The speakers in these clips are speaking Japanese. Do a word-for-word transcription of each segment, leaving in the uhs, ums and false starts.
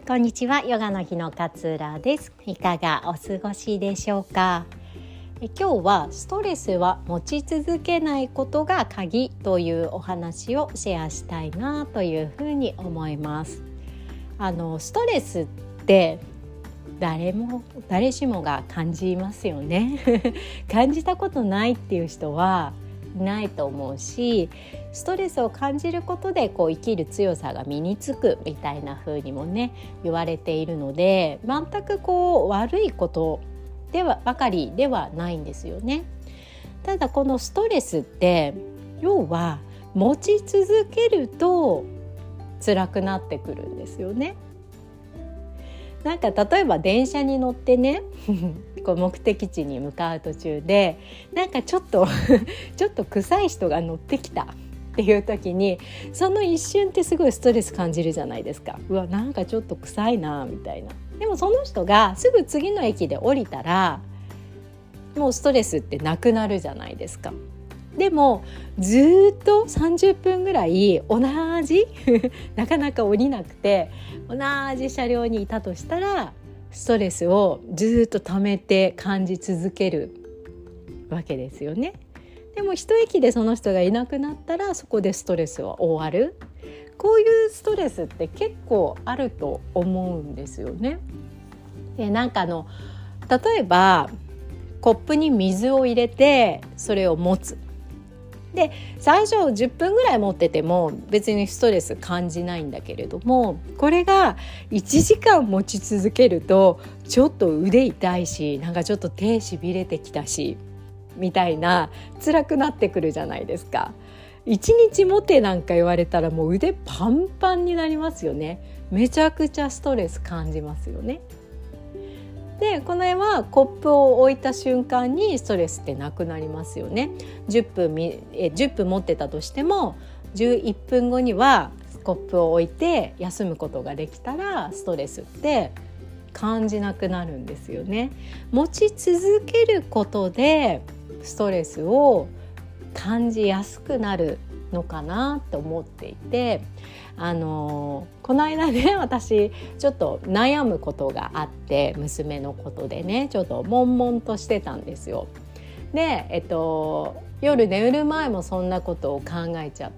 こんにちは、ヨガの日の勝浦です。いかがお過ごしでしょうか。え今日はストレスは持ち続けないことが鍵というお話をシェアしたいなというふうに思います。あのストレスって誰も誰しもが感じますよね感じたことないっていう人はいないと思うし、ストレスを感じることでこう生きる強さが身につくみたいな風にもね言われているので、全くこう悪いことではばかりではないんですよね。ただこのストレスって要は持ち続けると辛くなってくるんですよね。なんか例えば電車に乗ってねこう目的地に向かう途中でなんかちょっとちょっと臭い人が乗ってきたっていう時に、その一瞬ってすごいストレス感じるじゃないですか。うわ、なんかちょっと臭いなみたいな。でもその人がすぐ次の駅で降りたらもうストレスってなくなるじゃないですか。でもずっとさんじゅっぷんぐらい同じなかなか降りなくて同じ車両にいたとしたら、ストレスをずっと溜めて感じ続けるわけですよね。でも一駅でその人がいなくなったらそこでストレスは終わる。こういうストレスって結構あると思うんですよね。でなんかあの例えばコップに水を入れてそれを持つ。で最初じゅっぷんぐらい持ってても別にストレス感じないんだけれども、これがいちじかん持ち続けるとちょっと腕痛いし、なんかちょっと手しびれてきたしみたいな辛くなってくるじゃないですか。いちにち持てなんか言われたらもう腕パンパンになりますよね。めちゃくちゃストレス感じますよね。でこの絵はコップを置いた瞬間にストレスってなくなりますよね。じゅっぷんえじゅっぷん持ってたとしてもじゅういっぷんごにはコップを置いて休むことができたらストレスって感じなくなるんですよね。持ち続けることでストレスを感じやすくなるのかなと思っていて、あのこの間ね私ちょっと悩むことがあって、娘のことでねちょっと悶々としてたんですよ。で、えっと、夜寝る前もそんなことを考えちゃって、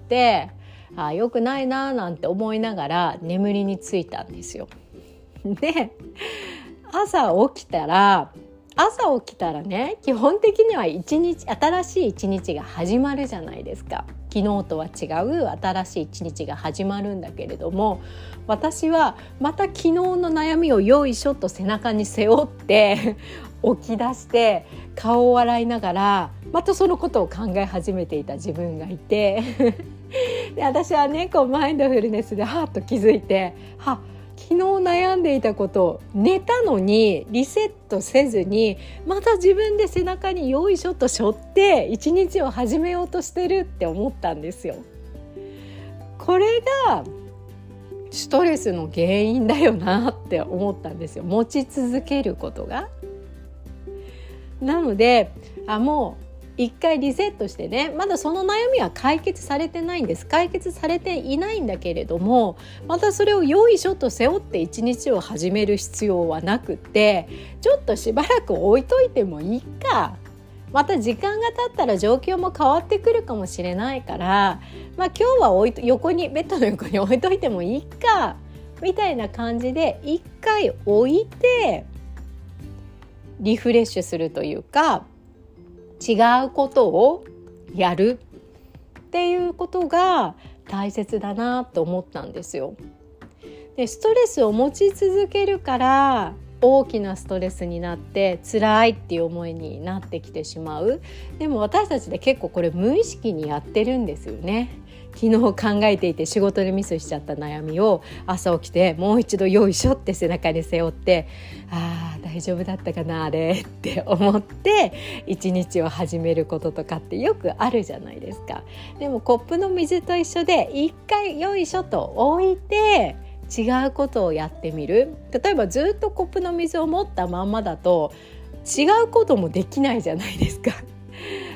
あ、よくないななんて思いながら眠りについたんですよ。で朝起きたら朝起きたらね基本的には一日新しい一日が始まるじゃないですか。昨日とは違う新しい一日が始まるんだけれども、私はまた昨日の悩みをよいしょと背中に背負って起き出して顔を洗いながらまたそのことを考え始めていた自分がいてで私はねこうマインドフルネスではっと気づいて、は昨日悩んでいたことを寝たのにリセットせずにまた自分で背中によいしょと背負って一日を始めようとしてるって思ったんですよ。これがストレスの原因だよなって思ったんですよ。持ち続けることが。なのであもう一回リセットしてね、まだその悩みは解決されてないんです。解決されていないんだけれども、またそれをよいしょと背負って一日を始める必要はなくって、ちょっとしばらく置いといてもいいか、また時間が経ったら状況も変わってくるかもしれないから、まあ、今日は置いと横にベッドの横に置いといてもいいかみたいな感じで一回置いてリフレッシュするというか、違うことをやるっていうことが大切だなと思ったんですよ。でストレスを持ち続けるから大きなストレスになって辛いっていう思いになってきてしまう。でも私たちで結構これ無意識にやってるんですよね。昨日考えていて仕事でミスしちゃった悩みを朝起きてもう一度よいしょって背中に背負って、あー大丈夫だったかなあれって思って一日を始めることとかってよくあるじゃないですか。でもコップの水と一緒で一回よいしょと置いて違うことをやってみる。例えばずっとコップの水を持ったまんまだと違うこともできないじゃないですか。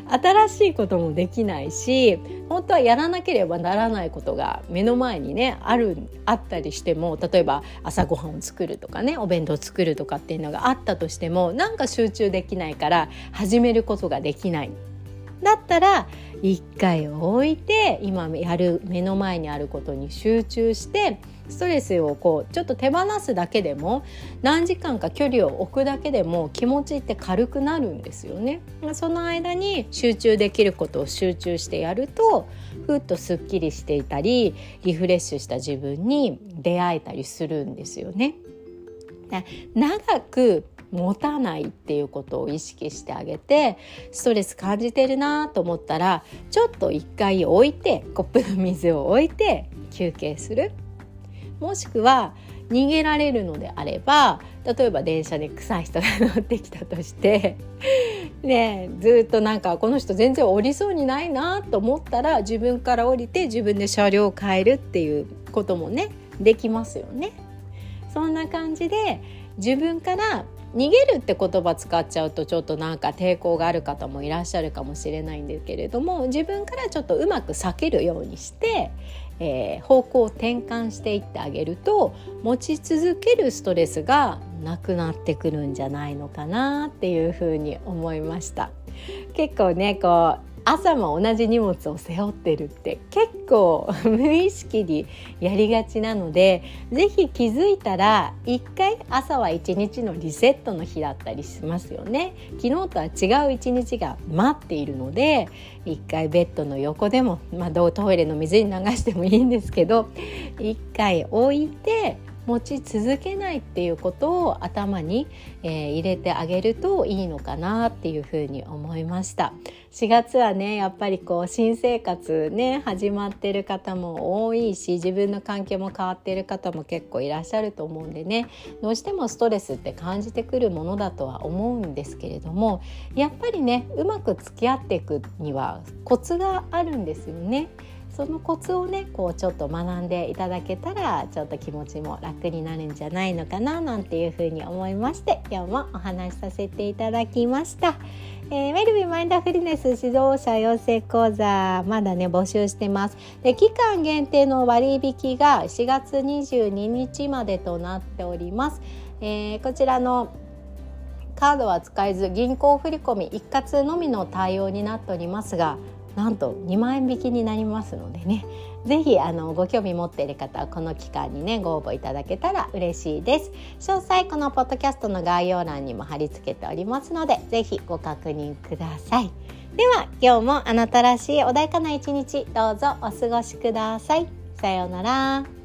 新しいこともできないし、本当はやらなければならないことが目の前にねあるあったりしても、例えば朝ごはんを作るとかね、お弁当を作るとかっていうのがあったとしても、なんか集中できないから始めることができない。だったら一回置いて、今やる目の前にあることに集中して、ストレスをこうちょっと手放すだけでも、何時間か距離を置くだけでも気持ちって軽くなるんですよね。その間に集中できることを集中してやると、ふっとすっきりしていたり、リフレッシュした自分に出会えたりするんですよね。長く持たないっていうことを意識してあげて、ストレス感じてるなと思ったら、ちょっと一回置いて、コップの水を置いて休憩する。もしくは逃げられるのであれば、例えば電車で臭い人が乗ってきたとしてね、ずっとなんかこの人全然降りそうにないなと思ったら、自分から降りて自分で車両を変えるっていうこともねできますよね。そんな感じで、自分から逃げるって言葉使っちゃうとちょっとなんか抵抗がある方もいらっしゃるかもしれないんですけれども、自分からちょっとうまく避けるようにして、えー、方向を転換していってあげると、持ち続けるストレスがなくなってくるんじゃないのかなっていうふうに思いました。結構ね、こう朝も同じ荷物を背負ってるって結構無意識にやりがちなので、ぜひ気づいたら一回朝は一日のリセットの日だったりしますよね。昨日とは違う一日が待っているので、一回ベッドの横でも、まあ、どうトイレの水に流してもいいんですけど、一回置いて持ち続けないっていうことを頭に、えー、入れてあげるといいのかなっていうふうに思いました。しがつはね、やっぱりこう新生活ね始まってる方も多いし、自分の環境も変わっている方も結構いらっしゃると思うんでね、どうしてもストレスって感じてくるものだとは思うんですけれども、やっぱりねうまく付き合っていくにはコツがあるんですよね。そのコツをねこうちょっと学んでいただけたら、ちょっと気持ちも楽になるんじゃないのかななんていうふうに思いまして、今日もお話しさせていただきました。えー、ウェルビーマインドフルネス指導者養成講座まだね募集してます。で、期間限定の割引がしがつにじゅうににちまでとなっております。えー、こちらのカードは使えず、銀行振込一括のみの対応になっておりますが、なんとにまんえん引きになりますのでね、ぜひあのご興味持っている方はこの期間にねご応募いただけたら嬉しいです。詳細このポッドキャストの概要欄にも貼り付けておりますので、ぜひご確認ください。では今日もあなたらしい穏やかな一日どうぞお過ごしください。さようなら。